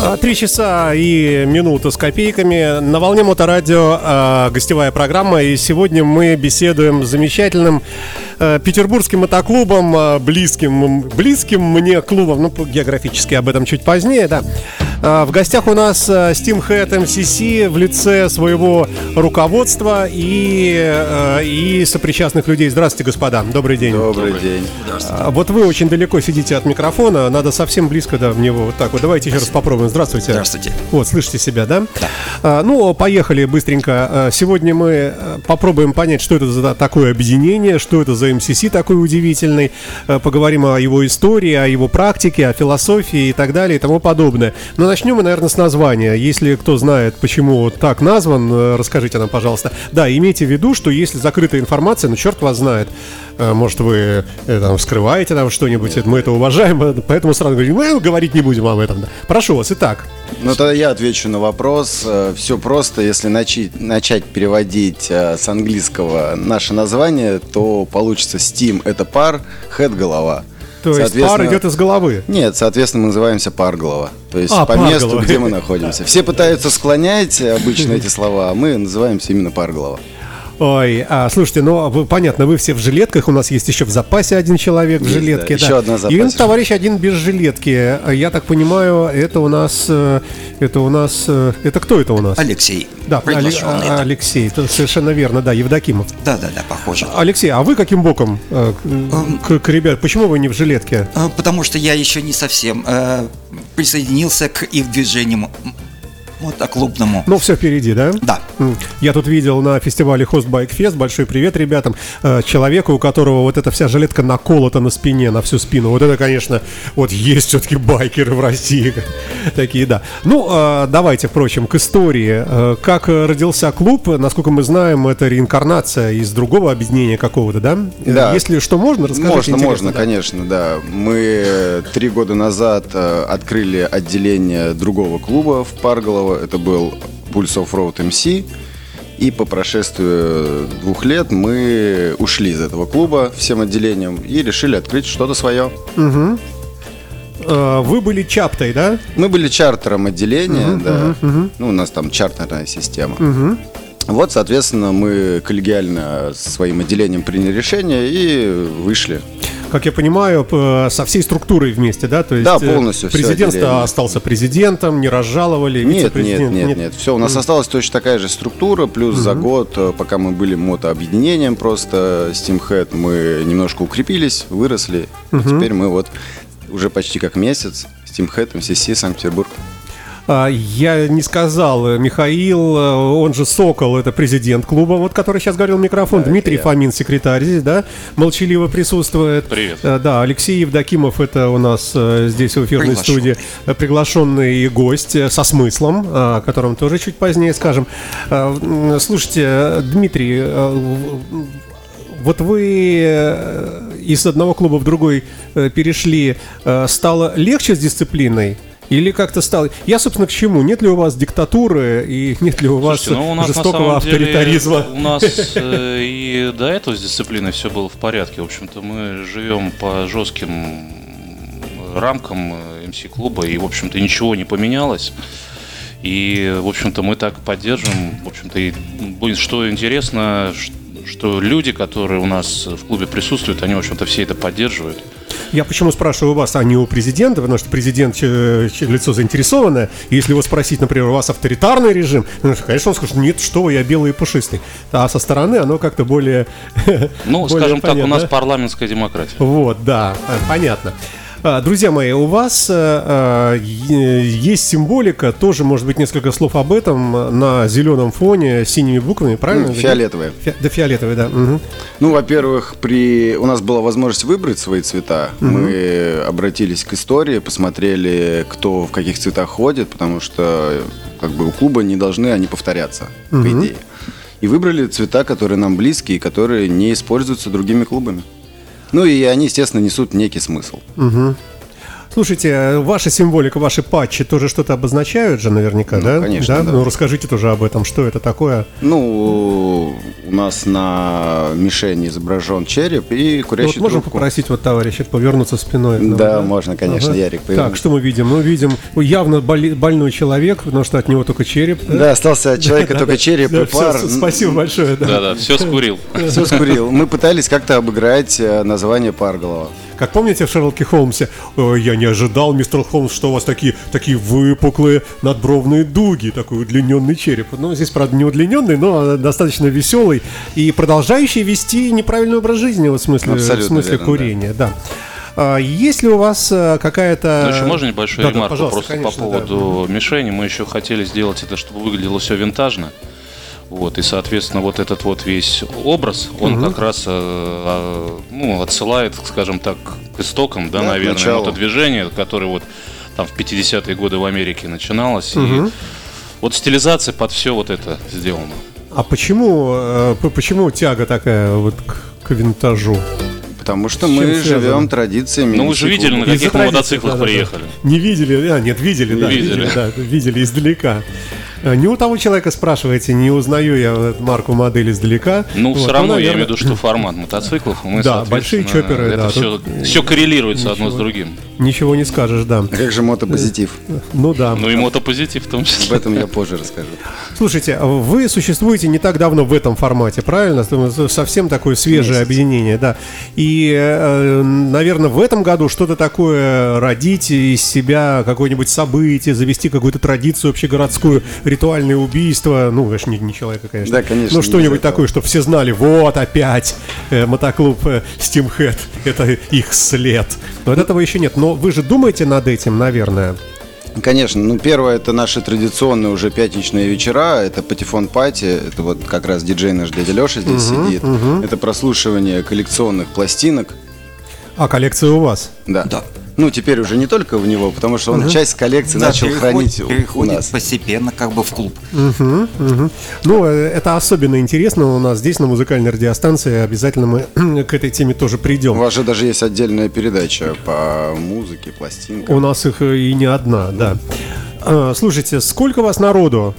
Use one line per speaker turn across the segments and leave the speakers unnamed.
3 часа и минута с копейками. На волне Моторадио гостевая программа. И сегодня мы беседуем с замечательным петербургским мотоклубом, близким мне клубом. Ну, географически об этом чуть позднее, да. В гостях у нас Steamhead MCC в лице своего руководства и сопричастных людей. Здравствуйте, господа. Добрый день.
Добрый день.
Вот вы очень далеко сидите от микрофона. Надо совсем близко, да, в него. Вот так вот. Давайте еще раз попробуем. Здравствуйте.
Здравствуйте.
Вот, слышите себя, да?
Да.
Ну, поехали быстренько. Сегодня мы попробуем понять, что это за такое объединение, что это за MCC такой удивительный. Поговорим о его истории, о его практике, о философии и так далее и тому подобное. Но начнем мы, наверное, с названия. Если кто знает, почему так назван, расскажите нам, пожалуйста. Да, имейте в виду, что если закрытая информация, ну, черт вас знает. Может, вы там скрываете там что-нибудь, мы это уважаем, поэтому сразу говорим, мы говорить не будем об этом. Да. Прошу вас, итак.
Ну, тогда я отвечу на вопрос. Все просто, если начать переводить с английского наше название, то получится Steam – это пар, Head – голова.
То есть пар идет из головы?
Нет, соответственно, мы называемся Парголова. То есть по месту,
голова.
где мы находимся. Все пытаются склонять обычно эти слова, а мы называемся именно Парголова.
Ой, слушайте, ну, понятно, вы все в жилетках, у нас есть еще в запасе один человек в жилетке.
Да, еще одна запасе.
И товарищ один без жилетки. Я так понимаю, это кто это у нас?
Алексей.
Да, Алексей, это совершенно верно, да, Евдокимов.
Да, похоже.
Алексей, а вы каким боком к ребят? Почему вы не в жилетке?
Потому что я еще не совсем присоединился к их движению мотоклубному.
Ну, все впереди, да?
Да.
Я тут видел на фестивале Host Bike Fest, большой привет ребятам, человека, у которого вот эта вся жилетка наколота на спине, на всю спину. Вот это, конечно, вот есть все-таки байкеры в России. Такие, да. Ну, давайте, впрочем, к истории. Как родился клуб, насколько мы знаем, это реинкарнация из другого объединения какого-то, да?
Да.
Если что, можно, расскажите.
Можно,
да?
конечно, да. Мы 3 года назад открыли отделение другого клуба в Парголово. Это был Pulse Offroad MC. И по прошествию 2 лет мы ушли из этого клуба всем отделением и решили открыть что-то свое.
Угу. Вы были чаптой, да?
Мы были чартером отделения, да. Ну, у нас там чартерная система. Вот, соответственно, мы коллегиально со своим отделением приняли решение и вышли.
Как я понимаю, со всей структурой вместе, да? То есть,
да, полностью.
Президент остался президентом, не разжаловали.
Нет. Все, у нас осталась точно такая же структура, плюс за год, пока мы были мотообъединением, просто Steamhead, мы немножко укрепились, выросли. И теперь мы вот уже почти как месяц Steamhead MCC Санкт-Петербург.
Я не сказал, Михаил, он же Сокол, это президент клуба, вот который сейчас говорил в микрофон, да, Дмитрий Фомин, секретарь здесь, да, молчаливо присутствует.
Привет.
Да, Алексей Евдокимов, это у нас здесь в эфирной студии приглашенный гость со смыслом, о котором тоже чуть позднее скажем. Слушайте, Дмитрий, вот вы из одного клуба в другой перешли, стало легче с дисциплиной? Или как-то стало... Я, собственно, к чему? Нет ли у вас диктатуры и нет ли у вас жестокого авторитаризма?
У нас и до этого с дисциплиной все было в порядке. В общем-то, мы живем по жестким рамкам МС-клуба, и, в общем-то, ничего не поменялось. И, в общем-то, мы так поддерживаем. В общем-то, и будет что интересно, что люди, которые у нас в клубе присутствуют, они, в общем-то, все это поддерживают.
Я почему спрашиваю вас, а не у президента, потому что президент лицо заинтересованное. И если его спросить, например, у вас авторитарный режим, конечно, он скажет, нет, что вы, я белый и пушистый. А со стороны оно как-то более...
Ну, скажем так, у нас парламентская демократия.
Вот, да, понятно. Друзья мои, у вас есть символика, тоже, может быть, несколько слов об этом, на зеленом фоне с синими буквами, правильно?
Фиолетовые.
Да, фиолетовые, да. Угу.
Ну, во-первых, у нас была возможность выбрать свои цвета. Мы обратились к истории, посмотрели, кто в каких цветах ходит, потому что как бы у клуба не должны они повторяться, по идее. И выбрали цвета, которые нам близки и которые не используются другими клубами. Ну и они, естественно, несут некий смысл.
Слушайте, ваша символика, ваши патчи тоже что-то обозначают же наверняка, да?
Конечно, да.
Ну, расскажите тоже об этом, что это такое.
Ну, у нас на мишени изображен череп и курящий
Вот можем
трубку.
попросить вот товарища повернуться спиной? к нам,
Да, можно, конечно, Ярик.
Так, что мы видим? Мы видим явно больной человек, потому что от него только череп.
Да, остался от человека только череп
Да,
и пар.
спасибо большое. Да.
Да-да, все скурил.
Все скурил. Мы пытались как-то обыграть название Парголова.
Как помните в Шерлоке Холмсе, я не ожидал, мистер Холмс, что у вас такие выпуклые надбровные дуги, такой удлиненный череп. Ну, здесь, правда, не удлиненный, но достаточно веселый и продолжающий вести неправильный образ жизни, вот в смысле
верно,
курения, да. Есть ли у вас какая-то...
Ну, еще можно небольшую
Да,
ремарку
пожалуйста,
просто
конечно,
по поводу мишени? Мы еще хотели сделать это, чтобы выглядело все винтажно. Вот, и, соответственно, вот этот вот весь образ, он как раз отсылает, скажем так, к истокам, да, наверное, мотодвижения, которое вот там в 50-е годы в Америке начиналось. И вот стилизация под все вот это сделана.
А почему тяга такая вот к винтажу?
Потому что мы живем традициями.
Ну, вы же видели, на каких мы мотоциклах приехали.
Не видели? Нет, видели издалека. Не у того человека спрашиваете, не узнаю я марку модели издалека.
Ну, все равно, я имею в виду, что формат мотоциклов. Мы,
да, большие чопперы.
Это все коррелируется одно с другим.
Ничего не скажешь, да.
А как же мотопозитив?
Ну да.
Ну и мотопозитив в том числе.
Об этом я позже расскажу.
Слушайте, вы существуете не так давно в этом формате, правильно? Совсем такое свежее объединение, да. И, наверное, в этом году что-то такое родить из себя, какое-нибудь событие, завести какую-то традицию общегородскую, ритуальное убийство. Ну, конечно, не человека, конечно.
Да, конечно.
Ну, что-нибудь такое, чтобы все знали, вот опять мотоклуб Steamhead, это их след. Вот этого еще нет. Но вы же думаете над этим, наверное?
Конечно. Ну, первое, это наши традиционные уже пятничные вечера. Это патефон-пати. Это вот как раз диджей наш дядя Леша здесь сидит. Это прослушивание коллекционных пластинок.
А коллекция у вас?
Да.
Да.
Ну, теперь уже не только в него, потому что он часть коллекции начал хранить у
переходит
нас.
постепенно как бы в клуб.
Ну, это особенно интересно у нас здесь, на музыкальной радиостанции. Обязательно мы к этой теме тоже
У
придем.
вас же даже есть отдельная передача по музыке, пластинкам.
У нас их и не одна, да. Слушайте, сколько у вас народу?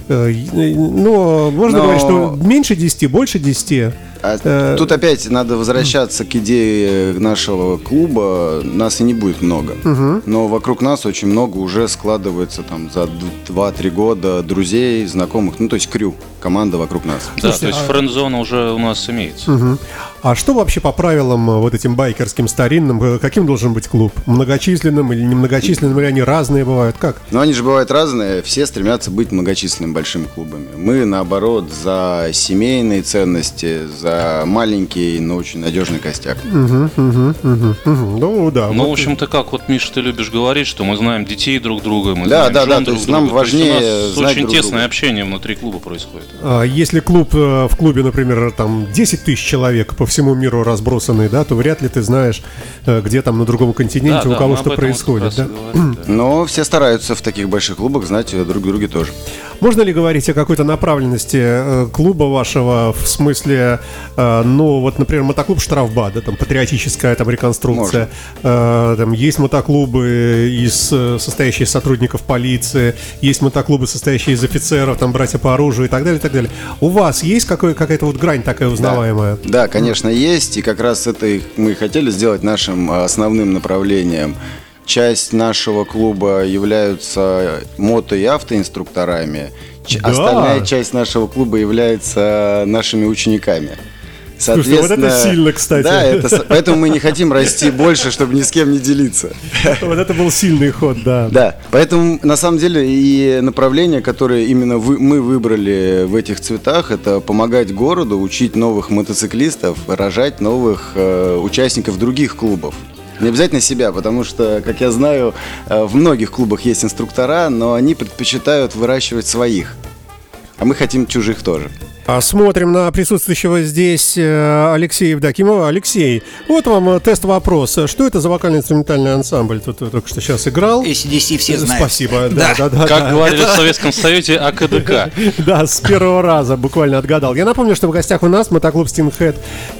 Ну, можно говорить, что меньше 10, больше 10?
Тут опять надо возвращаться к идее нашего клуба. Нас и не будет много. Но вокруг нас очень много уже складывается там за 2-3 года друзей, знакомых. Ну, то есть крю, команда вокруг нас.
Да, то есть френд-зона уже у нас имеется.
А что вообще по правилам вот этим байкерским старинным? Каким должен быть клуб? Многочисленным или немногочисленным? Или они разные бывают? Как?
Но они же бывают разные. Все стремятся быть многочисленными большими клубами. Мы, наоборот, за семейные ценности, за маленький, но очень надежный костяк.
Ну, да.
Ну,
вот.
в общем-то, как вот, Миша, ты любишь говорить, что мы знаем детей друг друга, мы
Да,
знаем
да,
жен
да,
друг
то есть
друга.
нам важнее
То есть у нас
знать
очень
друг
тесное
друга.
общение внутри клуба происходит.
Если в клубе, например, там 10 тысяч человек по всему миру разбросаны, да, то вряд ли ты знаешь, где там на другом континенте у кого что происходит. Да?
Но все стараются в таких больших клубах знать друг друга тоже.
Можно ли говорить о какой-то направленности клуба вашего в смысле, ну, вот, например, мотоклуб «Штрафбат», да, там патриотическая там реконструкция, там есть мотоклубы, состоящие из сотрудников полиции, есть мотоклубы, состоящие из офицеров, там братья по оружию и так далее, и так далее. У вас есть какая-то вот грань такая узнаваемая?
Да, конечно, есть, и как раз это мы хотели сделать нашим основным направлением. Часть нашего клуба являются мото- и автоинструкторами.
Да.
Остальная часть нашего клуба является нашими учениками.
Слушай, вот это сильно, кстати.
Да, поэтому мы не хотим расти больше, чтобы ни с кем не делиться.
Вот это был сильный ход, да.
Да, поэтому на самом деле и направление, которое именно мы выбрали в этих цветах, это помогать городу, учить новых мотоциклистов, рожать новых участников других клубов. Не обязательно себя, потому что, как я знаю, в многих клубах есть инструктора, но они предпочитают выращивать своих. А мы хотим чужих тоже.
Смотрим на присутствующего здесь Алексея Евдокимова. Алексей, вот вам тест-вопрос. Что это за вокально-инструментальный ансамбль? Тут только что сейчас играл.
AC/DC все знают.
Спасибо.
Да.
Как говорили в Советском Союзе, АКДК.
Да, с первого раза буквально отгадал. Я напомню, что в гостях у нас мотоклуб Skinhead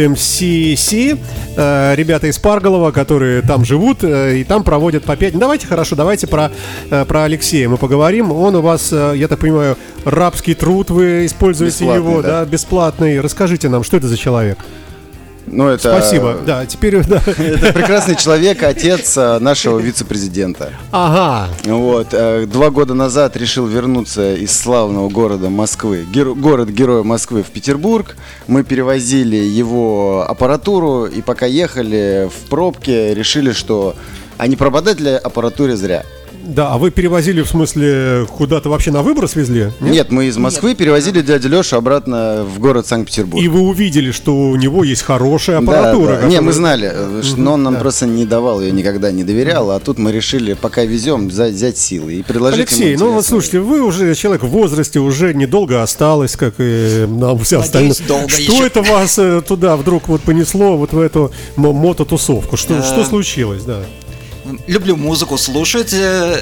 MCC. Ребята из Парголова, которые там живут и там проводят по 5. Давайте про Алексея мы поговорим. Он у вас, я так понимаю, рабский труд, вы используете
Бесплатный,
его,
да.
Бесплатный. Расскажите нам, что это за человек?
Ну, это,
Спасибо. Да, теперь да.
это прекрасный человек, отец нашего вице-президента.
Ага.
Вот. 2 года назад решил вернуться из славного города Москвы, город-героя Москвы, в Петербург. Мы перевозили его аппаратуру, и пока ехали в пробке, решили, что не пропадать ли аппаратуре зря.
Да, а вы перевозили, в смысле, куда-то вообще на выброс везли?
Нет, мы из Москвы перевозили дядю Лешу обратно в город Санкт-Петербург.
И вы увидели, что у него есть хорошая аппаратура.
Да. Не, мы знали, но он нам просто не давал, ее никогда не доверял. А тут мы решили, пока везем, взять силы и предложить
Алексей,
ему
ну вот слушайте, вы уже человек в возрасте, уже недолго осталось, как и нам все остальные.
долго
Что
еще.
это вас туда вдруг вот понесло, вот в эту мототусовку? Что случилось, да?
Люблю музыку слушать,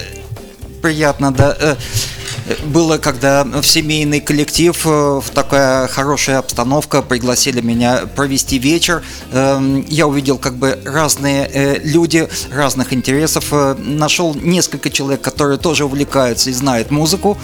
приятно, да. Было, когда в семейный коллектив, в такая хорошая обстановка, пригласили меня провести вечер. Я увидел как бы разные люди, разных интересов. Нашел несколько человек, которые тоже увлекаются и знают музыку.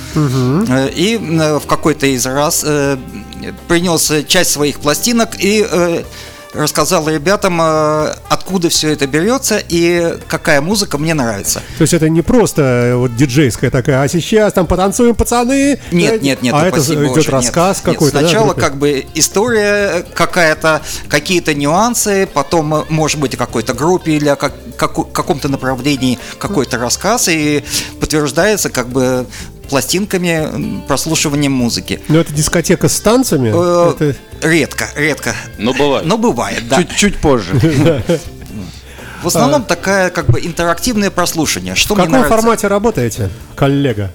И в какой-то из раз принес часть своих пластинок и рассказал ребятам, откуда все это берется и какая музыка мне нравится.
То есть это не просто вот диджейская такая, а сейчас там потанцуем, пацаны.
Нет,
а это
спасибо
идет
Боже,
рассказ
нет.
какой-то.
Сначала
да,
как бы история какая-то, какие-то нюансы, потом может быть о какой-то группе или о каком-то направлении какой-то рассказ, и подтверждается как бы пластинками, прослушиванием музыки.
Ну это дискотека с танцами? Это...
Редко.
Но бывает.
Но бывает, да.
чуть позже.
В основном такая как бы интерактивное прослушивание. Что
В
мне
каком
нравится?
формате работаете, коллега?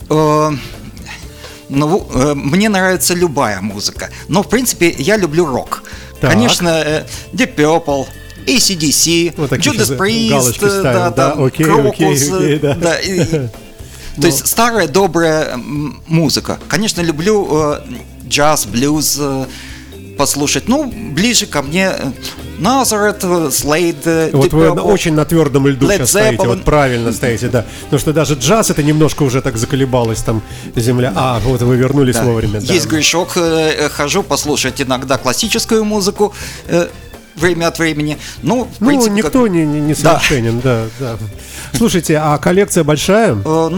Мне нравится любая музыка. Но, в принципе, я люблю рок.
Так.
Конечно, Deep Purple, AC/DC,
Вот такие
Judas
сейчас
Priest,
галочки ставим, да, окей,
Crocus,
да.
да, то есть старая добрая музыка. Конечно, люблю джаз, блюз послушать. Ну, ближе ко мне Nazareth, Slade,
Вот
Deep
вы
Purple,
очень на твердом льду
Led
сейчас стоите,
Zeppelin.
вот правильно стоите, да. Потому что даже джаз это немножко уже так заколебалась там земля. А, вот вы вернулись
Да.
вовремя. Да.
Есть грешок, хожу послушать иногда классическую музыку время от времени. Ну, в принципе,
никто не совершенен, да. Слушайте, а коллекция большая?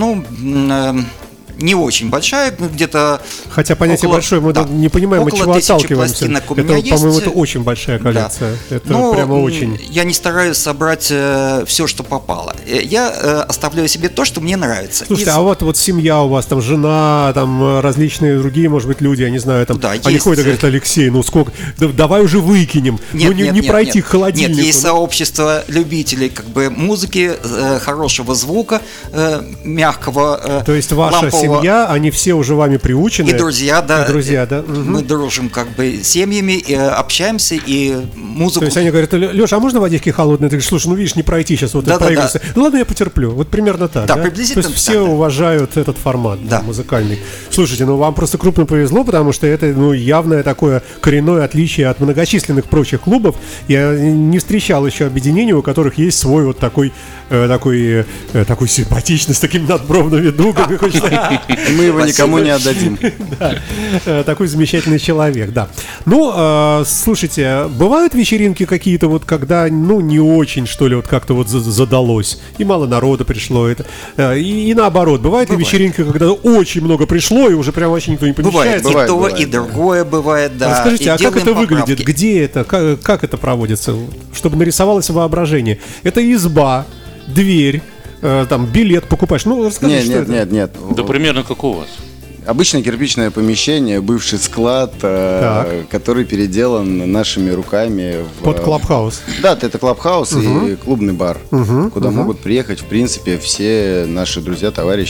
Не очень большая, где-то.
Хотя понятие
около-
большое, мы
да,
не понимаем, от
около
чего
1000
отталкиваемся.
пластинок у
Это,
меня есть.
по-моему, это очень большая коллекция.
Да.
Это
Но
прямо очень.
Я не стараюсь собрать все, что попало. Я оставляю себе то, что мне нравится.
Слушайте, а вот семья у вас, там жена, там различные другие, может быть, люди, я не знаю, там,
Да,
они
есть.
ходят и говорят: Алексей, ну сколько, давай уже выкинем, не пройти к холодильнику.
Нет, есть
ну.
сообщество любителей как бы музыки, хорошего звука, мягкого.
То есть ваша
лампового.
семья, они все уже вами приучены.
И друзья, да.
И друзья, да.
Мы дружим как бы с семьями, и общаемся, и музыку.
То есть они говорят: Леша, а можно водички холодной? Ты говоришь: слушай, ну видишь, не пройти сейчас, вот
Да,
это проигрывается. Ну ладно, я потерплю. Вот примерно так.
Да, приблизительно
То есть все
так, да.
уважают этот формат
Да.
музыкальный. Слушайте, ну вам просто крупно повезло, потому что это явное такое коренное отличие от многочисленных прочих клубов. Я не встречал еще объединений, у которых есть свой вот такой симпатичный, с такими надбровными дугами.
Мы его никому не отдадим.
Такой замечательный человек, да. Ну, слушайте, бывают вечеринки какие-то вот, когда, не очень, что ли, вот как-то вот задалось, и мало народа пришло, и наоборот, бывают ли вечеринки, когда очень много пришло, и уже прям вообще никто не помещается?
Бывает и то,
бывает,
и другое бывает, да.
Расскажите,
И
а как
делаем
это выглядит?
поправки.
Где это? Как это проводится? Чтобы нарисовалось воображение. Это изба, дверь, там билет покупаешь. Ну, расскажи, что это.
Нет.
Да примерно как у вас.
Обычное кирпичное помещение, бывший склад, который переделан нашими руками.
Под клабхаус.
Да, это клабхаус и клубный бар, куда могут приехать, в принципе, все наши друзья, товарищи.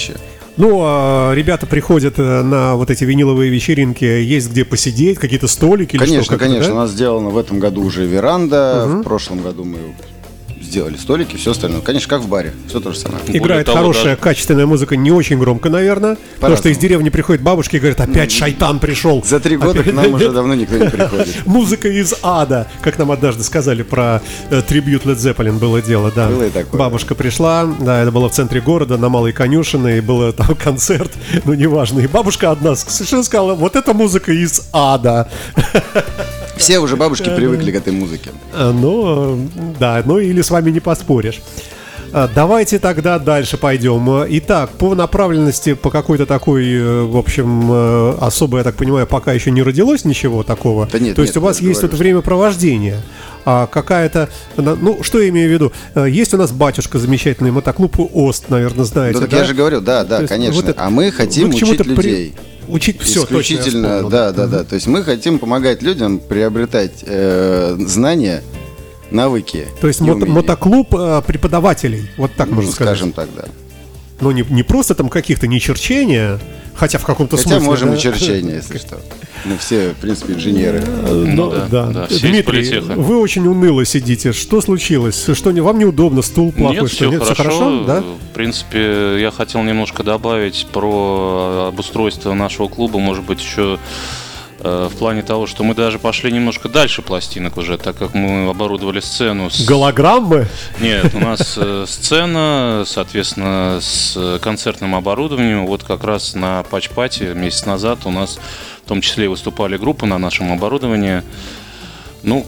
Ну, ребята приходят на вот эти виниловые вечеринки, есть где посидеть, какие-то столики или
Конечно,
что?
конечно.
Да?
У нас сделана в этом году уже веранда. В прошлом году мы сделали столики, все остальное. Конечно, как в баре, все то же самое.
Играет
того,
хорошая,
даже-
качественная музыка, не очень громко, наверное. Потому что из деревни приходят бабушки и говорят, опять шайтан пришел.
За 3 года к нам уже давно никто не приходит.
Музыка из ада, как нам однажды сказали про трибьют Led Zeppelin, было дело, да.
Было и такое.
Бабушка пришла, да, это было в центре города, на Малой Конюшиной, и был там концерт, ну, неважно. И бабушка одна совершенно сказала, вот это музыка из ада.
Все уже бабушки привыкли к этой музыке.
Ну, да, ну или с вами не поспоришь. Давайте тогда дальше пойдем. Итак, по направленности, по какой-то такой, в общем, особо, я так понимаю, пока еще не родилось ничего такого.
Да нет,
То есть
нет,
у вас
я
есть
говорю,
вот времяпровождение. А какая-то, ну, что я имею в виду? Есть у нас батюшка замечательный, мотоклуб ОСТ, наверное, знаете,
Ну, так
да?
я же говорю, да,
То есть
конечно.
вот это-
А мы хотим
вы к
учить
чему-то
людей.
Учить все,
Исключительно, да. То есть мы хотим помогать людям приобретать знания, навыки.
То есть
и умения.
мотоклуб преподавателей, вот так
Ну,
можно сказать.
скажем так, да.
Ну, не просто там каких-то не черчения, хотя в каком-то
Хотя
смысле.
можем
да?
и черчение, если что. Мы все, в принципе, инженеры.
Ну,
да, все из
Дмитрий,
политеха.
вы очень уныло сидите. Что случилось? Что вам неудобно? Стул плохой?
Нет,
что?
все
Всё
хорошо.
да?
В принципе, я хотел немножко добавить про обустройство нашего клуба, может быть, еще в плане того, что мы даже пошли немножко дальше пластинок уже, так как мы оборудовали сцену с...
Голограммы?
Нет, у нас сцена, соответственно, с концертным оборудованием. Вот как раз на Патч-Пати месяц назад у нас в том числе выступали группы на нашем оборудовании. Ну,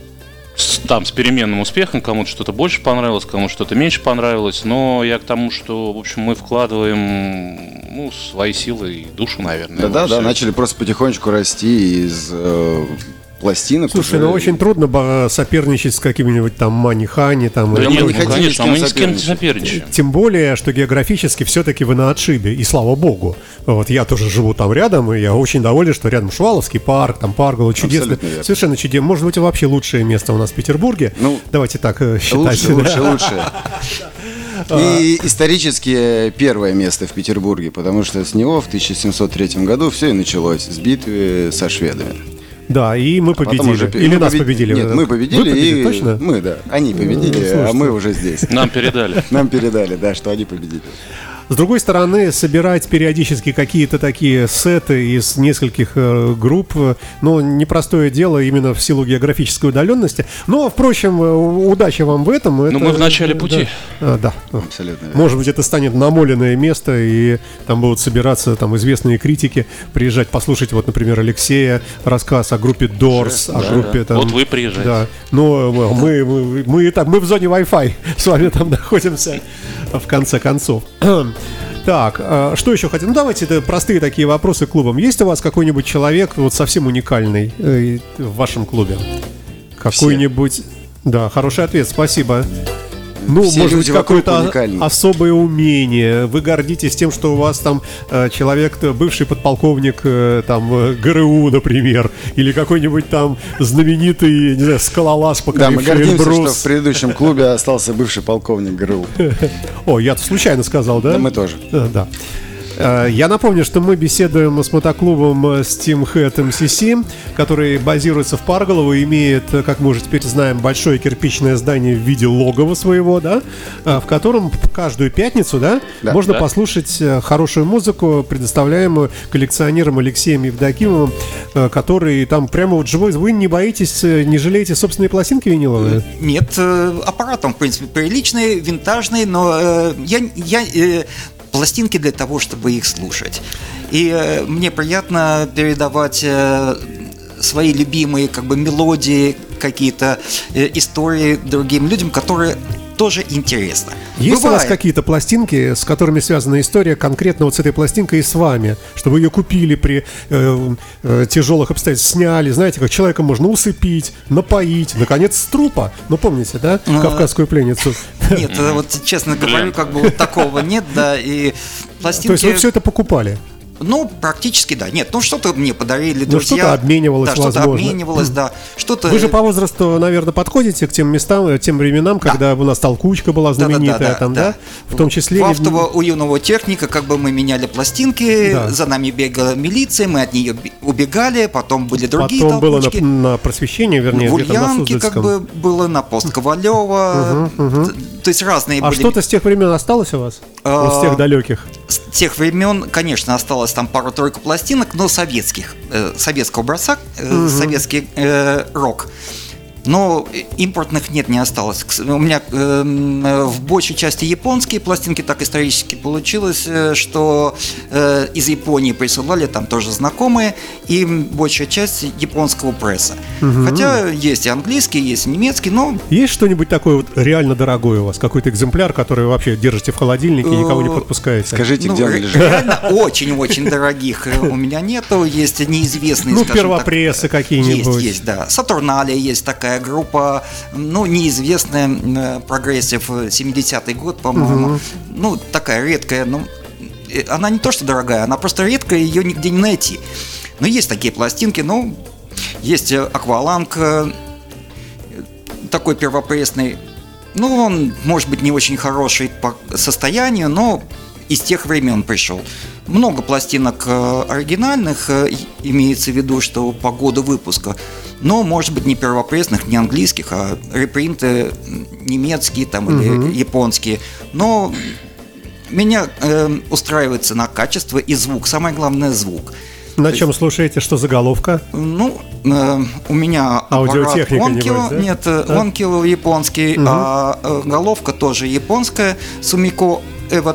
там с переменным успехом, кому-то что-то больше понравилось, кому-то что-то меньше понравилось, но я к тому, что, в общем, мы вкладываем, ну, свои силы и душу, наверное.
Да,
во всё
начали просто потихонечку расти из пластинок.
Слушай,
уже.
ну очень трудно соперничать с какими-нибудь там Мани-Хани. Там,
Да
или
нет,
мы
ну,
не хотим
конечно,
ни с кем
мы ни с кем не
соперничать.
соперничаем.
Тем более, что географически все-таки вы на отшибе, и слава богу. Вот я тоже живу там рядом, и я очень доволен, что рядом Шуваловский парк, там Паргола, чудесно,
Абсолютно верно.
совершенно чудесно. Может быть, вообще лучшее место у нас в Петербурге.
Ну,
давайте так считать.
Лучше. И исторически первое место в Петербурге, потому что с него в 1703 году все и началось, с битвы со шведами.
Да, и мы
Потом
победили.
уже
Или
мы
нас
побед-
победили.
Нет, мы победили,
Вы победили,
и
точно?
мы, да. Они победили,
слушайте.
а мы уже здесь.
Нам передали.
Нам передали, да, что они победили.
С другой стороны, собирать периодически какие-то такие сеты из нескольких групп, ну, непростое дело именно в силу географической удаленности. Но, впрочем, удачи вам в этом.
Ну, мы в начале пути.
Да.
Абсолютно верно.
Может быть, это станет намоленное место, и там будут собираться там известные критики, приезжать послушать, вот, например, Алексея рассказ о группе Doors, о группе там...
Вот вы приезжаете.
Да, но мы в зоне Wi-Fi с вами там находимся, в конце концов. Так, что еще хотим? Ну, давайте простые такие вопросы к клубам. Есть у вас какой-нибудь человек вот совсем уникальный в вашем клубе? Какой-нибудь... Да, хороший ответ, спасибо. Ну,
Все
может быть,
люди вокруг
какое-то
уникальны.
особое умение. Вы гордитесь тем, что у вас там человек, бывший подполковник там ГРУ, например, или какой-нибудь там знаменитый, не знаю, скалолаз,
Да, мы
покоривший
гордимся, что
Эльбрус.
в предыдущем клубе остался бывший полковник ГРУ.
О, я-то случайно сказал, да?
Да, мы тоже.
Да. Я напомню, что мы беседуем с мотоклубом Steamhead MCC, который базируется в Парголово и имеет, как мы уже теперь знаем, большое кирпичное здание в виде логова своего, да, в котором каждую пятницу, да,
Да.
можно
Да.
послушать хорошую музыку, предоставляемую коллекционером Алексеем Евдокимовым, который там прямо вот живой. Вы не боитесь, не жалеете собственные пластинки виниловые?
Нет, аппарат там, в принципе, приличный, винтажный, но пластинки для того, чтобы их слушать. И мне приятно передавать свои любимые как бы мелодии, какие-то истории другим людям, которые тоже интересно.
Есть у вас
Бывает.
какие-то пластинки, с которыми связана история конкретно вот с этой пластинкой и с вами? Чтобы ее купили при тяжелых обстоятельствах, сняли, знаете, как человека можно усыпить, напоить, наконец, с трупа. Ну, помните, да, кавказскую пленницу?
Нет, вот честно говорю, как бы вот такого нет, да, и пластинки...
То есть вы все это покупали?
Ну, практически, да. Нет, ну что-то мне подарили
Ну,
друзья.
что-то обменивалось,
да, что-то
возможно.
обменивалось, да. Что-то...
Вы же по возрасту, наверное, подходите к тем местам, тем временам, когда у нас толкучка была знаменитая, там, да? В том числе...
В автово у юного техника как бы мы меняли пластинки,
Да.
за нами бегала милиция, мы от нее убегали, потом были другие
Потом было
толкучки.
на Просвещение, вернее,
в
где-то на
Ульяновке как
Суздальском.
бы было, на пост Ковалева. То есть разные
А
были.
что-то с тех времен осталось у вас? Вот с тех далеких?
С тех времен, конечно, осталось там пару-тройку пластинок, но советских, советского образца, советский рок. Но импортных нет, не осталось. У меня в большей части японские пластинки, так исторически получилось, что из Японии присылали, там тоже знакомые, и большая часть японского пресса. Хотя есть и английский, есть и немецкий, но...
Есть что-нибудь такое вот реально дорогое у вас? Какой-то экземпляр, который вы вообще держите в холодильнике и никого не подпускаете?
Скажите,
Ну,
где он лежит?
реально очень-очень дорогих у меня нету. Есть неизвестные,
Ну,
скажем
первопрессы
так,
какие-нибудь.
Есть, да. Сатурналия есть такая группа, ну, неизвестная, прогрессив, 70-й год, по-моему. Ну, такая редкая, ну, она не то что дорогая, она просто редкая, ее нигде не найти. Но есть такие пластинки, ну, есть Акваланг, такой первопрессный. Ну, он, может быть, не очень хороший по состоянию, но из тех времен пришел. Много пластинок оригинальных, имеется в виду, что по году выпуска, но, может быть, не первопрессных, не английских, а репринты немецкие там, или японские. Но меня устраивает цена, качество и звук. Самое главное – звук.
На чем слушаете? Что заголовка?
Ну, у меня
Аудиотехника,
аппарат Onkyo,
небось, да?
нет, Onkyo японский, а головка тоже японская, Sumiko Evo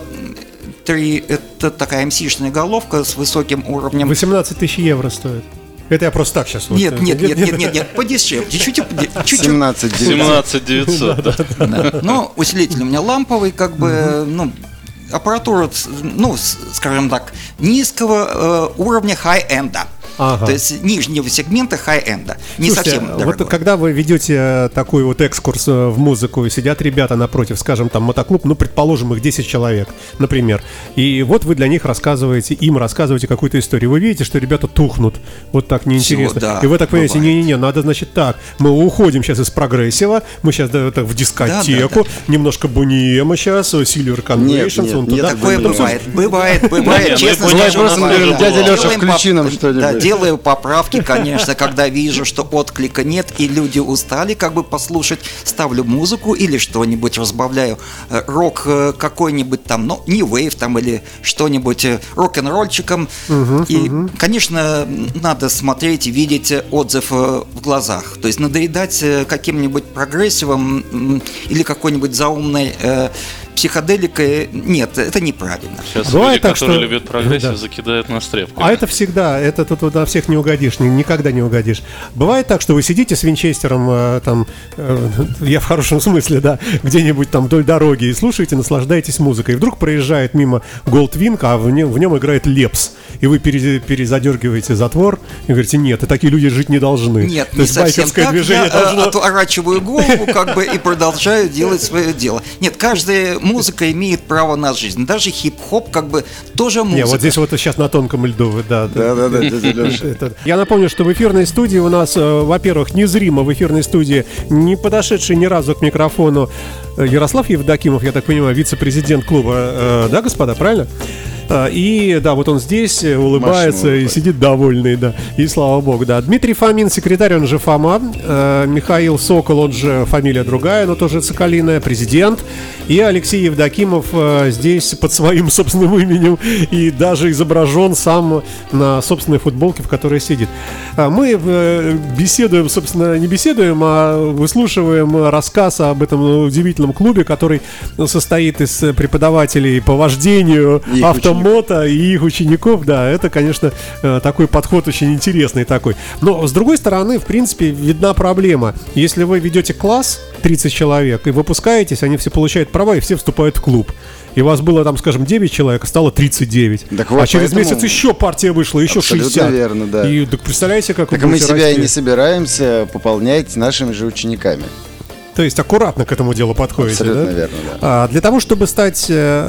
3, это такая MC-шная головка с высоким уровнем.
18 тысяч евро стоит. Это я просто так сейчас.
Нет, подешевле, чуть-чуть.
17
17 900, да.
Да. Но усилитель у меня ламповый, как бы, ну, аппаратура, ну, скажем так, низкого уровня хай-энда.
Ага.
То есть нижнего сегмента хай-энда. Не
Слушайте,
совсем дорогой.
вот когда вы ведете такой вот экскурс в музыку, и сидят ребята напротив, скажем, там мотоклуб, ну, предположим, их 10 человек, например, и вот вы для них рассказываете, им рассказываете какую-то историю. Вы видите, что ребята тухнут, вот так неинтересно.
Да,
и вы так понимаете,
бывает.
не-не-не, надо, значит, так, мы уходим сейчас из прогрессива, мы сейчас так, в дискотеку, немножко Буниема сейчас, Silver Conventions,
нет,
вон
нет,
туда.
Такое
Потом
бывает, честно
Бывает,
скажу.
просто
бывает,
дядя
да.
Леша,
Делаем
включи нам что-нибудь.
Да, делаю поправки, конечно, когда вижу, что отклика нет, и люди устали как бы послушать, ставлю музыку или что-нибудь, разбавляю рок какой-нибудь там, ну, New Wave там или что-нибудь рок-н-ролльчиком. И, конечно, надо смотреть и видеть отзыв в глазах. То есть надоедать каким-нибудь прогрессивом или какой-нибудь заумной психоделикой, нет, это неправильно.
Сейчас
Бывает
люди,
так,
которые
что-
любят прогрессив,
Да.
закидают нас тряпкой.
А это всегда, это тут вот на всех не угодишь, никогда не угодишь. Бывает так, что вы сидите с винчестером, там, я в хорошем смысле, да, где-нибудь там вдоль дороги и слушаете, наслаждаетесь музыкой. И вдруг проезжает мимо Goldwing, а в нем играет Лепс. И вы перезадергиваете затвор и говорите, нет, и такие люди жить не должны.
Нет,
То
не
есть
совсем
байкерское
так.
движение
Я
должно...
отворачиваю голову как бы и продолжаю делать свое дело. Нет, каждая музыка имеет право на жизнь. Даже хип-хоп как бы тоже музыка.
Не, вот здесь вот сейчас на тонком льду, вы, да.
Да-да-да, дядя Леша.
Я напомню, что в эфирной студии у нас, во-первых, незримо в эфирной студии не подошедший ни разу к микрофону Ярослав Евдокимов, я так понимаю, вице-президент клуба, да, господа, правильно? И да, вот он здесь улыбается
Машину
и сидит довольный, да. И слава богу, да. Дмитрий Фомин, секретарь, он же Фома. Михаил Сокол, он же фамилия другая, но тоже Соколиная, президент. И Алексей Евдокимов здесь под своим собственным именем и даже изображен сам на собственной футболке, в которой сидит. Мы беседуем, собственно, не беседуем, а выслушиваем рассказ об этом удивительном клубе, который состоит из преподавателей по вождению
И их
автомото и их учеников. Да, это, конечно, такой подход очень интересный такой. Но, с другой стороны, в принципе, видна проблема. Если вы ведете класс 30 человек и выпускаетесь, они все получают права и все вступают в клуб. И у вас было там, скажем, 9 человек, а стало 39.
Так вот,
а через
поэтому-
месяц еще партия вышла, еще
Абсолютно
60.
верно, да.
И так представляете, как
Так
вы
мы
будете
себя и
расти.
не собираемся пополнять нашими же учениками.
То есть аккуратно к этому делу подходите,
Абсолютно
да?
верно, да.
Для того, чтобы стать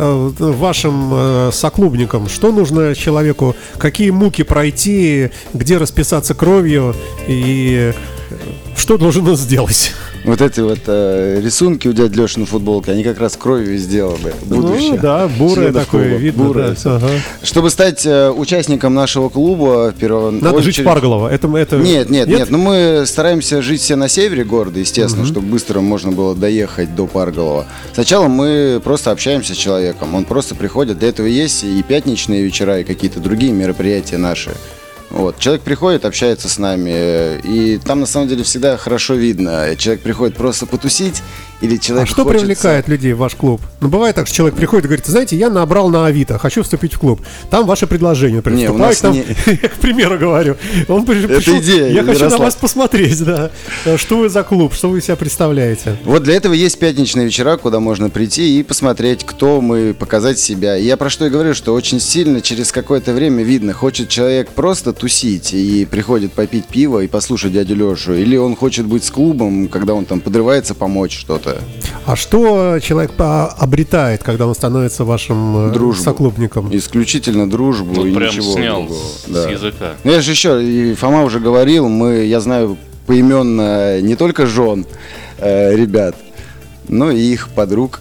вашим соклубником, что нужно человеку, какие муки пройти, где расписаться кровью и что должен он сделать?
Вот эти вот рисунки у дяди Леши на футболке, они как раз кровью сделаны. Будущее.
Ну, да, бурое
Членов
такое,
клуба.
видно.
Бурое
Да.
всё.
Ага.
Чтобы стать участником нашего клуба, в первую
Надо жить в Парголово. Это...
Нет. Ну мы стараемся жить все на севере города, естественно, чтобы быстро можно было доехать до Парголова. Сначала мы просто общаемся с человеком. Он просто приходит. Для этого есть и пятничные вечера, и какие-то другие мероприятия наши. Вот. Человек приходит, общается с нами, и там на самом деле всегда хорошо видно. Человек приходит просто потусить, или человек
А что
хочется...
привлекает людей в ваш клуб? Ну, бывает так, что человек приходит и говорит: знаете, я набрал на Авито, хочу вступить в клуб. Там ваше предложение. Например,
Не, у
вступает
нас
там,
не-
я к примеру говорю. Он пришел,
идея,
я хочу на
Ярослав.
вас посмотреть, да. Что вы за клуб, что вы из себя представляете?
Вот для этого есть пятничные вечера, куда можно прийти и посмотреть, кто мы, показать себя. И я про что и говорю, что очень сильно через какое-то время видно, хочет человек просто тусить и приходит попить пиво и послушать дядю Лешу, или он хочет быть с клубом, когда он там подрывается помочь что-то.
А что человек обретает, когда он становится вашим
Дружбу.
соклубником?
Исключительно дружбу
Ну,
и
прям
ничего
снял
другого.
с
Да.
языка.
Ну, я же еще, и Фома уже говорил, я знаю поименно не только жен ребят, но и их подруг.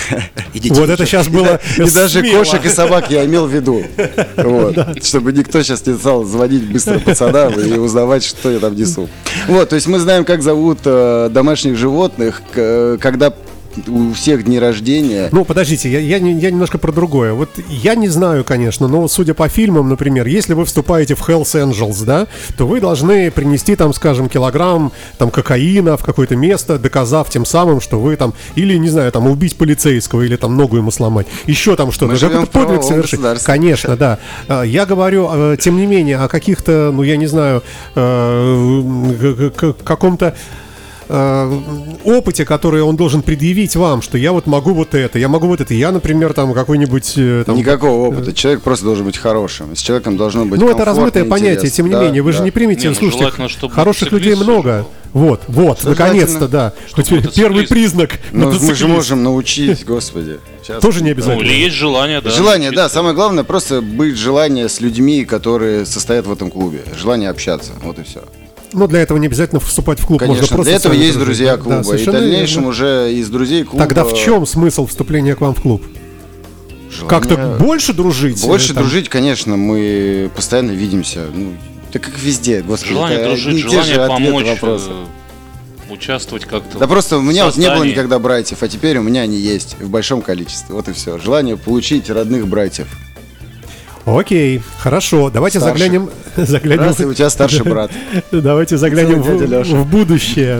Вот это сейчас было
И даже
смело.
кошек и собак я имел в виду. Вот. Чтобы никто сейчас не стал звонить быстро пацанам и узнавать, что я там несу. Вот, то есть мы знаем, как зовут домашних животных, когда у всех дни рождения.
Ну, подождите, я немножко про другое. Вот я не знаю, конечно, но судя по фильмам, например, если вы вступаете в Hells Angels, да, то вы должны принести там, скажем, килограмм там кокаина в какое-то место, доказав тем самым, что вы там, или, не знаю, там убить полицейского, или там ногу ему сломать, еще там что-то.
Мы живем
Какой-то
в
подвиг
правовом
совершить.
государстве.
Конечно, да. Я говорю, тем не менее, о каких-то, ну, я не знаю, каком-то опыте, который он должен предъявить вам, что я вот могу вот это, я могу вот это. Я, например, там какой-нибудь... там,
Никакого опыта. Человек просто должен быть хорошим. С человеком должно быть
ну, это
комфортно,
размытое понятие,
интересно.
тем не
Да,
менее. Вы же
да.
не примите,
Не, ну,
слушайте,
желательно, чтобы
хороших людей
мотоциклист
много.
жил.
Вот, наконец-то, да. Хоть
мотоциклист.
первый признак
Ну, мы же
мотоциклист.
можем научить, господи. Сейчас.
Тоже не
Ну,
обязательно.
или есть желание, да.
Желание, да, самое главное просто быть желание с людьми, которые состоят в этом клубе. Желание общаться, вот и все.
Но для этого не обязательно вступать в клуб. Можно
Конечно,
просто
для этого
с вами
есть
дружить.
друзья
Да,
клуба. И в
совершенно
дальнейшем
верно.
уже из друзей клуба...
Тогда в чем смысл вступления к вам в клуб?
желание-
Как-то больше дружить?
Больше
там?
дружить, конечно, мы постоянно видимся. Ну, это как везде, господи.
Желание
это
дружить,
одни и те
желание
же ответы,
помочь,
вопросы.
участвовать как-то.
Да просто у меня вот не было
создании.
никогда братьев, а теперь у меня они есть в большом количестве. Вот и все. Желание получить родных братьев.
Окей, хорошо. Давайте
Старших.
заглянем.
Раз, и у тебя старший брат.
Давайте заглянем
Целый дядя Лёша.
в будущее.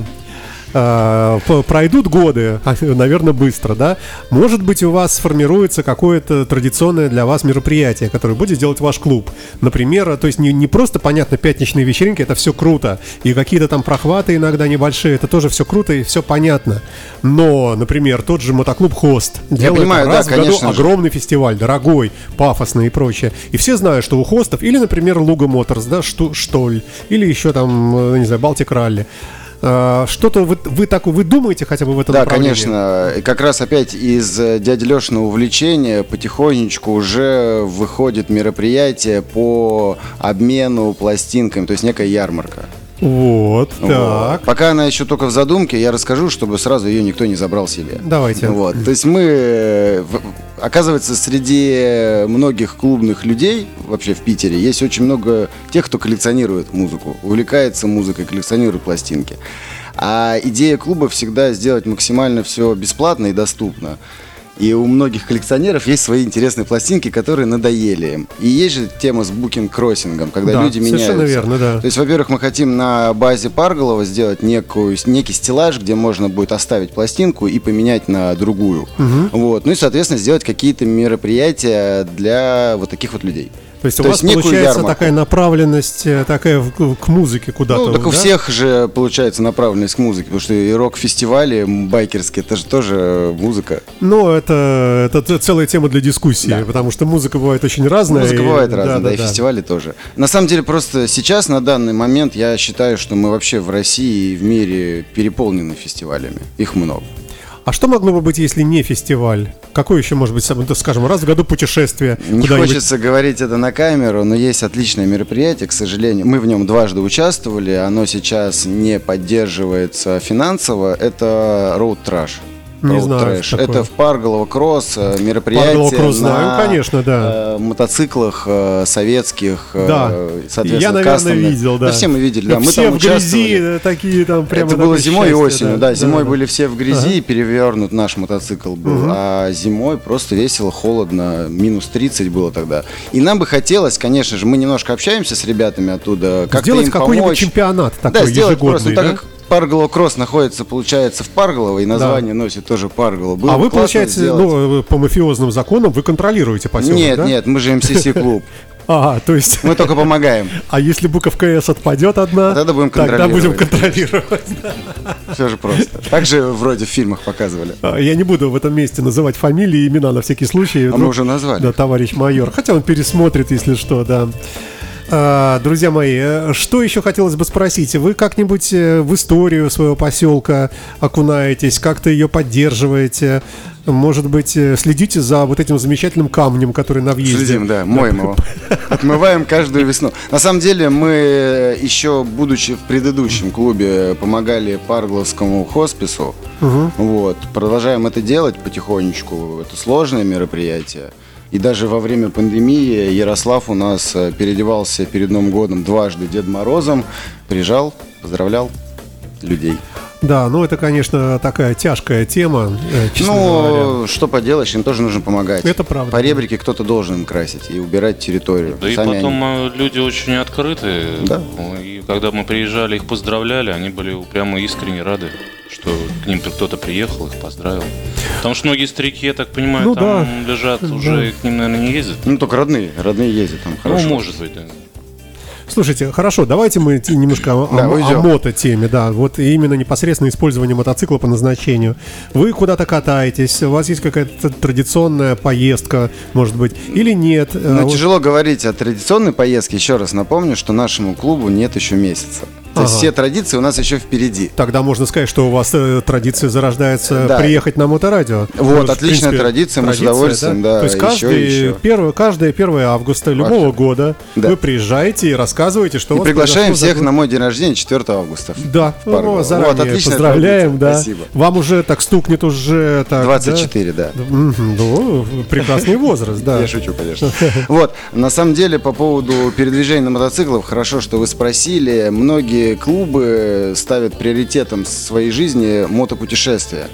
Пройдут годы, наверное, быстро, да? Может быть, у вас сформируется какое-то традиционное для вас мероприятие, которое будет делать ваш клуб. Например, то есть не просто, понятно, пятничные вечеринки, это все круто. И какие-то там прохваты иногда небольшие, это тоже все круто и все понятно. Но, например, тот же мотоклуб «Хост» делает
понимаю,
раз
да,
в году
конечно же.
огромный фестиваль, дорогой, пафосный и прочее. И все знают, что у «Хостов», или, например, «Луга Моторс», да, Штоль, или еще там, не знаю, «Балтик Ралли». Что-то вы думаете хотя бы в этом
Да,
направлении?
конечно. И как раз опять из дяди Лешиного увлечения потихонечку уже выходит мероприятие по обмену пластинками, то есть некая ярмарка.
Вот,
Вот.
так.
Пока она еще только в задумке, я расскажу, чтобы сразу ее никто не забрал себе.
Давайте.
Вот. То есть мы, оказывается, среди многих клубных людей вообще в Питере есть очень много тех, кто коллекционирует музыку, увлекается музыкой, коллекционирует пластинки. А идея клуба всегда сделать максимально все бесплатно и доступно. И у многих коллекционеров есть свои интересные пластинки, которые надоели им. И есть же тема с букинг-кроссингом, когда
Да,
люди меняются.
совершенно верно, да.
То есть, во-первых, мы хотим на базе Парголова сделать некий стеллаж, где можно будет оставить пластинку и поменять на другую. Вот. Ну и, соответственно, сделать какие-то мероприятия для вот таких вот людей.
То есть у
То
вас
есть некую
получается
ярмарку.
такая направленность такая к музыке куда-то.
Ну, так у
да?
всех же получается направленность к музыке, потому что и рок-фестивали байкерские, это же тоже музыка.
Ну, это целая тема для дискуссии,
Да.
потому что музыка бывает очень разная.
Музыка
и-
бывает разная, да, и
да.
фестивали тоже. На самом деле, просто сейчас, на данный момент, я считаю, что мы вообще в России и в мире переполнены фестивалями. Их много.
А что могло бы быть, если не фестиваль? Какой еще может быть, скажем, раз в году путешествие?
Не
куда-нибудь?
хочется говорить это на камеру, но есть отличное мероприятие, к сожалению. Мы в нем дважды участвовали, оно сейчас не поддерживается финансово. Это Road Trash.
Не
Road
знаю,
Trash.
что такое.
Это в Парголово Кросс, мероприятие
Парголово Кросс
на
знаю, конечно, да.
мотоциклах советских,
Да.
соответственно,
Я, наверное,
кастомных.
видел, да.
Все мы видели, да. Мы
все
там
в
участвовали.
грязи, такие там прямо.
Это было
такое
зимой и
счастье,
осенью, да. Зимой
да.
были все в грязи, перевернут наш мотоцикл был. А зимой просто весело, холодно, минус 30 было тогда. И нам бы хотелось, конечно же, мы немножко общаемся с ребятами оттуда, как-то
Сделать
им
какой-нибудь
помочь.
чемпионат
Да,
такой
сделать
ежегодный,
просто, ну,
да?
так как Парголово Кросс находится, получается, в Парголово, и название носит тоже Парголово. Было
А
бы
вы,
классно
получается,
сделать.
ну, по мафиозным законам вы контролируете поселок,
Нет,
да?
нет, мы же МСС-клуб.
Ага, то есть...
Мы только помогаем.
А если буковка С отпадет одна,
Тогда будем
тогда будем
контролировать.
контролировать.
Все же просто. Так же вроде в фильмах показывали.
Я не буду в этом месте называть фамилии и имена на всякий случай.
А мы уже назвали.
Да, товарищ майор. Хотя он пересмотрит, если что, да. Друзья мои, что еще хотелось бы спросить? Вы как-нибудь в историю своего поселка окунаетесь, как-то ее поддерживаете? Может быть, следите за вот этим замечательным камнем, который на въезде?
Следим, да, моем его. Отмываем каждую весну. На самом деле, мы еще, будучи в предыдущем клубе, помогали Паргловскому хоспису. Вот. Продолжаем это делать потихонечку. Это сложное мероприятие. И даже во время пандемии Ярослав у нас переодевался перед Новым годом дважды Дедом Морозом. Приезжал, поздравлял людей.
Да, ну это, конечно, такая тяжкая тема, честно говоря.
Ну, что поделаешь, им тоже нужно помогать.
Это правда.
По ребрике кто-то должен им красить и убирать территорию.
Да и
Сами
потом
они-
люди очень открыты.
Да.
И когда мы приезжали, их поздравляли, они были прямо искренне рады, что к ним кто-то приехал, их поздравил. Потому что многие старики, я так понимаю,
Ну
там
да.
лежат, уже к ним, наверное, не ездят.
Ну, только родные ездят там, хорошо.
Ну, может быть, да.
Слушайте, хорошо, давайте мы немножко
Да,
о
уйдем.
мото-теме, да, вот именно непосредственно использование мотоцикла по назначению. Вы куда-то катаетесь, у вас есть какая-то традиционная поездка, может быть, или нет?
Но
Вот-
тяжело говорить о традиционной поездке. Еще раз напомню, что нашему клубу нет еще месяца. То есть
Ага.
все традиции у нас еще впереди.
Тогда можно сказать, что у вас традиция зарождается
Да.
приехать на моторадио.
Вот,
Ну, в
отличная
принципе,
традиция, мы с
традиция,
удовольствием, да,
То есть
еще.
каждое 1 августа любого
Вообще.
года
Да.
вы приезжаете и рассказываете, что
И
у вас
приглашаем
произошло
всех
за-
на мой день рождения 4 августа.
Да,
Парголово.
заранее
Вот, отличная
поздравляем,
традиция,
да.
спасибо.
Вам уже так стукнет уже так,
24, да.
да? Мгм, ну, прекрасный возраст, да.
Я шучу, конечно. Вот, на самом деле, по поводу передвижения на мотоциклах, хорошо, что вы спросили. Многие клубы ставят приоритетом своей жизни мотопутешествия.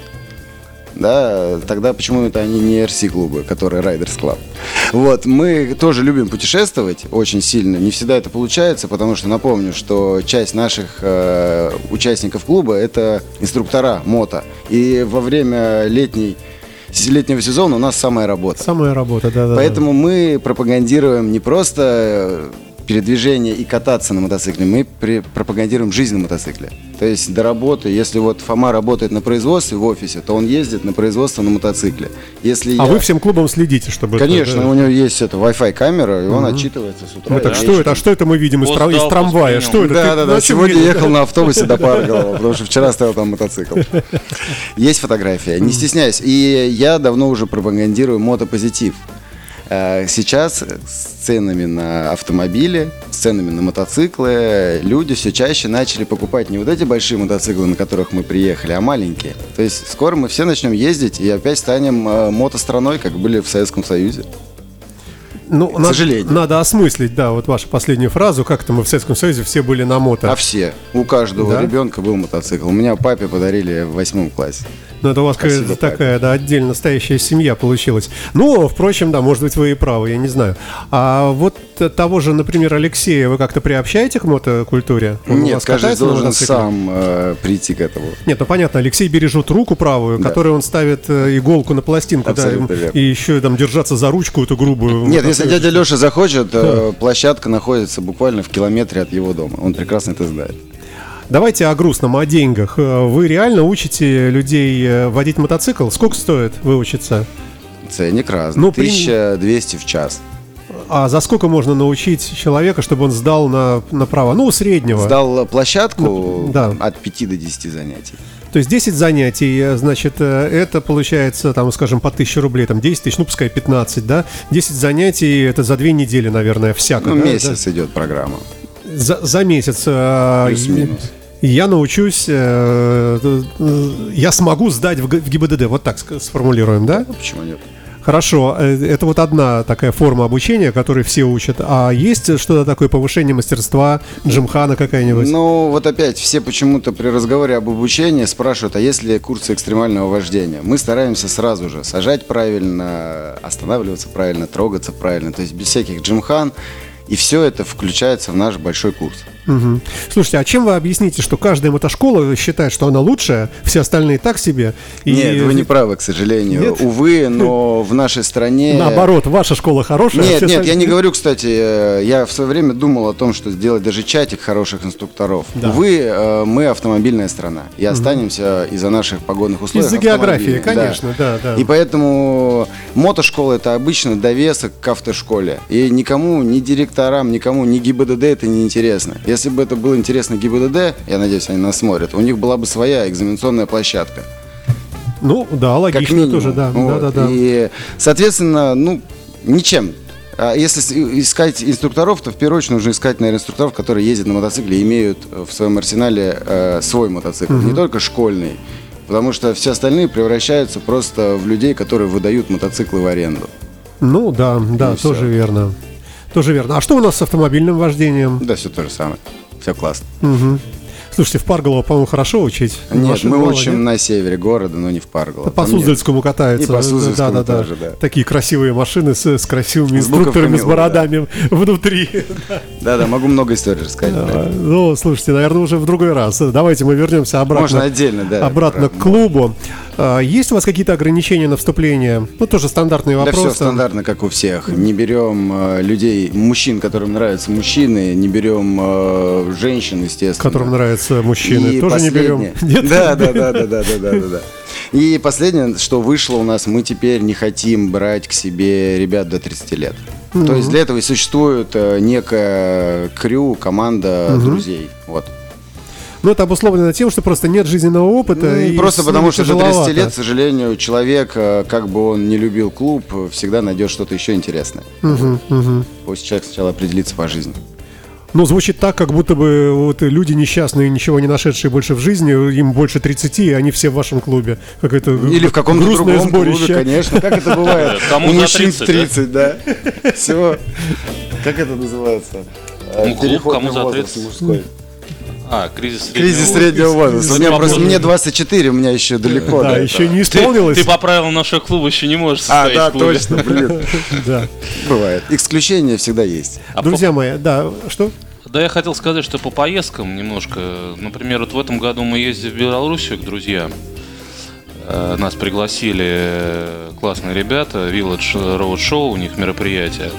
Да, тогда почему это они не RC-клубы, которые Riders Club? Вот, мы тоже любим путешествовать очень сильно. Не всегда это получается, потому что напомню, что часть наших участников клуба – это инструктора мото. И во время летнего сезона у нас самая работа.
Самая работа, да.
Поэтому мы пропагандируем не просто передвижение и кататься на мотоцикле, мы пропагандируем жизнь на мотоцикле. То есть до работы, если вот Фома работает на производстве в офисе, то он ездит на производство на мотоцикле. Если
А
я...
вы всем клубом следите, чтобы...
Конечно,
это,
у него есть это Wi-Fi камера, и он отчитывается с утра.
Ну, так
и
что
вечером.
это? А что это мы видим из
Пост дал,
трамвая?
пост
Что это?
Да,
Ты
да,
на
да.
чем
Сегодня
видел?
ехал на автобусе до Парголова, потому что вчера стоял там мотоцикл. Есть фотография, не стесняюсь. И я давно уже пропагандирую мотопозитив. Сейчас с ценами на автомобили, с ценами на мотоциклы люди все чаще начали покупать не вот эти большие мотоциклы, на которых мы приехали, а маленькие. То есть скоро мы все начнем ездить и опять станем мотостраной, как были в Советском Союзе.
Ну,
к сожалению.
Надо осмыслить, да, вот вашу последнюю фразу. Как-то мы в Советском Союзе все были на мото.
А все. У каждого
Да?
ребенка был мотоцикл. У меня папе подарили в 8 классе.
Ну, это у вас
Спасибо,
какая-то такая, да, отдельно настоящая семья получилась. Ну, впрочем, да, может быть, вы и правы, я не знаю. А вот того же, например, Алексея вы как-то приобщаете к мотокультуре? Он у
Нет,
вас
каждый
катается на
должен
мотоцикле?
сам прийти к этому.
Нет, ну понятно, Алексей бережет руку правую,
Да.
которой он ставит иголку на пластинку, да,
Абсолютно верно.
и еще там держаться за ручку эту грубую.
Нет,
Вот
если
такую.
дядя Леша захочет, площадка находится буквально в километре от его дома. Он прекрасно это знает.
Давайте о грустном, о деньгах. Вы реально учите людей водить мотоцикл? Сколько стоит выучиться?
Ценник разный.
Ну,
1200 в час.
А за сколько можно научить человека, чтобы он сдал на право? Ну, у среднего.
Сдал площадку
Ну, да.
от 5 до 10 занятий.
То есть 10 занятий, значит, это получается, там, скажем, по 1000 рублей, там 10 тысяч, ну, пускай 15, да? 10 занятий, это за 2 недели, наверное, всяко.
Ну,
да?
месяц идет программа.
За месяц.
Плюс-минус.
Я научусь, я смогу сдать в ГИБДД, вот так сформулируем, да?
Почему нет?
Хорошо, это вот одна такая форма обучения, которую все учат. А есть что-то такое, повышение мастерства, джимхана какая-нибудь?
Ну, вот опять, все почему-то при разговоре об обучении спрашивают, а есть ли курсы экстремального вождения? Мы стараемся сразу же сажать правильно, останавливаться правильно, трогаться правильно, то есть без всяких джимхан. И все это включается в наш большой курс.
Угу. Слушайте, а чем вы объясните, что каждая мотошкола считает, что она лучшая, все остальные так себе? И...
Нет, вы не правы, к сожалению.
Нет?
Увы, но в нашей стране...
Наоборот, ваша школа хорошая.
Нет,
все
нет, я
остальные-
не говорю, кстати, я в свое время думал о том, что сделать даже чатик хороших инструкторов.
Да.
Увы, мы автомобильная страна, и останемся из-за наших погодных условий.
Из-за географии,
автомобильными,
конечно, да.
И поэтому мотошкола — это обычно довесок к автошколе. И никому, ни директорам, никому, ни ГИБДД это не интересно. Если бы это было интересно ГИБДД, я надеюсь, они нас смотрят, у них была бы своя экзаменационная площадка.
Ну, да,
Как
логично
минимум.
тоже, да.
Вот.
Да.
И, соответственно, ничем. А если искать инструкторов, то в первую очередь нужно искать, наверное, инструкторов, которые ездят на мотоцикле и имеют в своем арсенале свой мотоцикл, не только школьный. Потому что все остальные превращаются просто в людей, которые выдают мотоциклы в аренду.
Ну, да,
И
тоже
всё.
верно. Тоже верно. А что у нас с автомобильным вождением?
Да, все то же самое. Все классно.
Мгм. Слушайте, в Парголово, по-моему, хорошо учить.
Нет,
Машину
мы
мало,
учим
нет?
на севере города, но не в Парголово.
По
Там нет.
Суздальскому катаются.
И по Суздальскому
Да.
тоже, да.
Такие красивые машины с красивыми
С
инструкторами,
буковками,
с бородами внутри.
Да, могу много историй рассказать. про это.
Ну, слушайте, наверное, уже в другой раз. Давайте мы вернемся обратно.
Можно отдельно, да.
Обратно к клубу. Есть у вас какие-то ограничения на вступление? Ну, тоже стандартные
Да
вопросы.
все стандартно, как у всех. Не берем людей, мужчин, которым нравятся мужчины, не берем женщин, естественно.
Которым нравятся мужчины.
И
Тоже не берем.
последнее-
Нет?
Да. И последнее, что вышло у нас, мы теперь не хотим брать к себе ребят до 30 лет. То есть для этого и существует некая крю, команда друзей. Вот.
Ну, это обусловлено тем, что просто нет жизненного опыта. И
Просто
с
потому
ними
что до
тяжеловато.
30 лет, к сожалению, человек, как бы он не любил клуб, всегда найдет что-то еще интересное. Пусть человек сначала определится по жизни.
Ну, звучит так, как будто бы вот люди несчастные, ничего не нашедшие больше в жизни, им больше 30, и они все в вашем клубе. Какое-то
Или в каком-то
грустное
другом
сборище.
клубе, конечно. Как это бывает?
Кому
У
за
мужчин в
30,
30, да. Все. Как это называется?
Ну, клуб,
Переходный
кому за
возраст
30.
мужской.
Кризис
Кризис среднего возраста. У меня просто мне 24, у меня еще далеко.
Да,
до
еще
этого.
не исполнилось.
Ты по правилам нашего клуба еще не можешь
А,
состоять
да,
в клубе.
точно, блин.
Да.
Бывает. Исключения всегда есть.
А
Друзья мои, да, что?
Да, я хотел сказать, что по поездкам немножко. Например, вот в этом году мы ездили в Белоруссию к друзьям. Нас пригласили классные ребята, Village Road Show, у них мероприятие.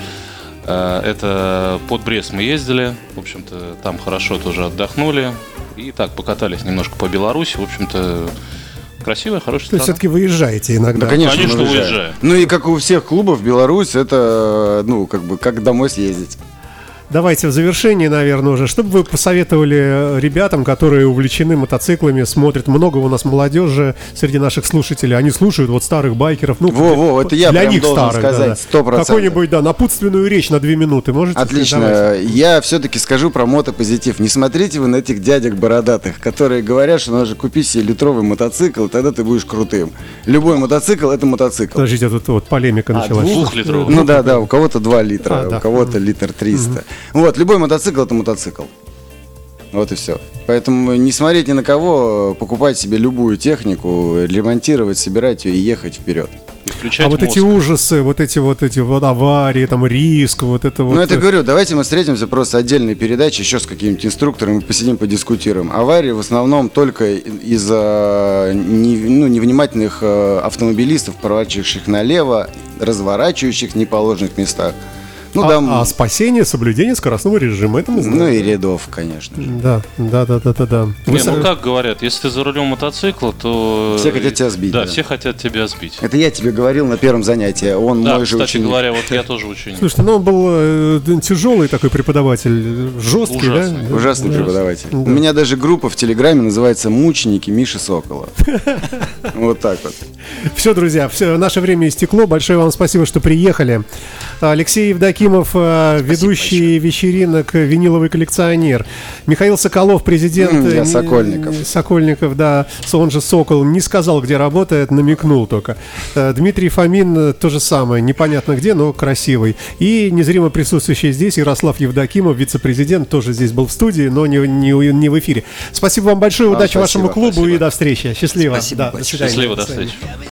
Это под Брест мы ездили, в общем-то, там хорошо тоже отдохнули. И так покатались немножко по Беларуси, в общем-то, красивая, хорошая
То есть
страна.
все-таки выезжаете иногда.
Да, конечно,
Конечно,
мы уезжаем.
уезжаю.
Ну и как у всех клубов, Беларусь, это, как бы, как домой съездить.
Давайте в завершении, наверное, уже, чтобы вы посоветовали ребятам, которые увлечены мотоциклами, смотрят, много у нас молодежи среди наших слушателей, они слушают вот старых байкеров. Ну,
Во, это я
для
прям
них
должен
старых,
сказать,
да.
100%.
Какую-нибудь, да, напутственную речь на 2 минуты можете сказать?
Отлично. Я все-таки скажу про мотопозитив. Не смотрите вы на этих дядек бородатых, которые говорят, что нужно купить себе литровый мотоцикл, тогда ты будешь крутым. Любой мотоцикл — это мотоцикл.
Подождите, тут вот полемика началась.
Двухлитровый.
Ну да, у кого-то 2 литра,
А, да.
у кого-то литр 300. Вот, любой мотоцикл — это мотоцикл. Вот и все. Поэтому не смотреть ни на кого, покупать себе любую технику, ремонтировать, собирать ее и ехать вперед.
Включать
А вот
мозг.
эти ужасы, вот эти вот аварии, там риск, вот это вот.
Ну, это говорю, давайте мы встретимся просто отдельной передачей еще с каким-нибудь инструктором и посидим, подискутируем. Аварии в основном только из-за невнимательных автомобилистов, поворачивающих налево, разворачивающих в неположенных местах. Ну,
А спасение, соблюдение скоростного режима, это мы знаем.
ну и рядов, конечно же.
Да. Вы
Не, ну как говорят, если ты за рулем мотоцикла, то...
Все хотят тебя сбить,
Да,
да.
все хотят тебя сбить.
Это я тебе говорил на первом занятии, он
Да,
мой же
кстати
ученик.
говоря, вот я тоже ученик.
Слушайте, ну он был тяжелый такой преподаватель, жесткий,
Ужасный.
да?
Ужасный преподаватель.
Да.
У меня даже группа в Телеграме называется «Мученики Миши Сокола». Вот так вот.
Все, друзья, все, наше время истекло. Большое вам спасибо, что приехали. Алексей Евдокимов, ведущий вечеринок, виниловый коллекционер. Михаил Соколов, президент
Я Сокольников.
Сокольников, да, он же Сокол, не сказал, где работает, намекнул только. Дмитрий Фомин, то же самое, непонятно где, но красивый. И незримо присутствующий здесь Ярослав Евдокимов, вице-президент, тоже здесь был в студии, но не в эфире. Спасибо вам большое, удачи
спасибо,
вашему клубу
спасибо.
и до встречи. Счастливо.
Спасибо
Да, до
большое.
свидания.
Счастливо, до
свидания.
встречи.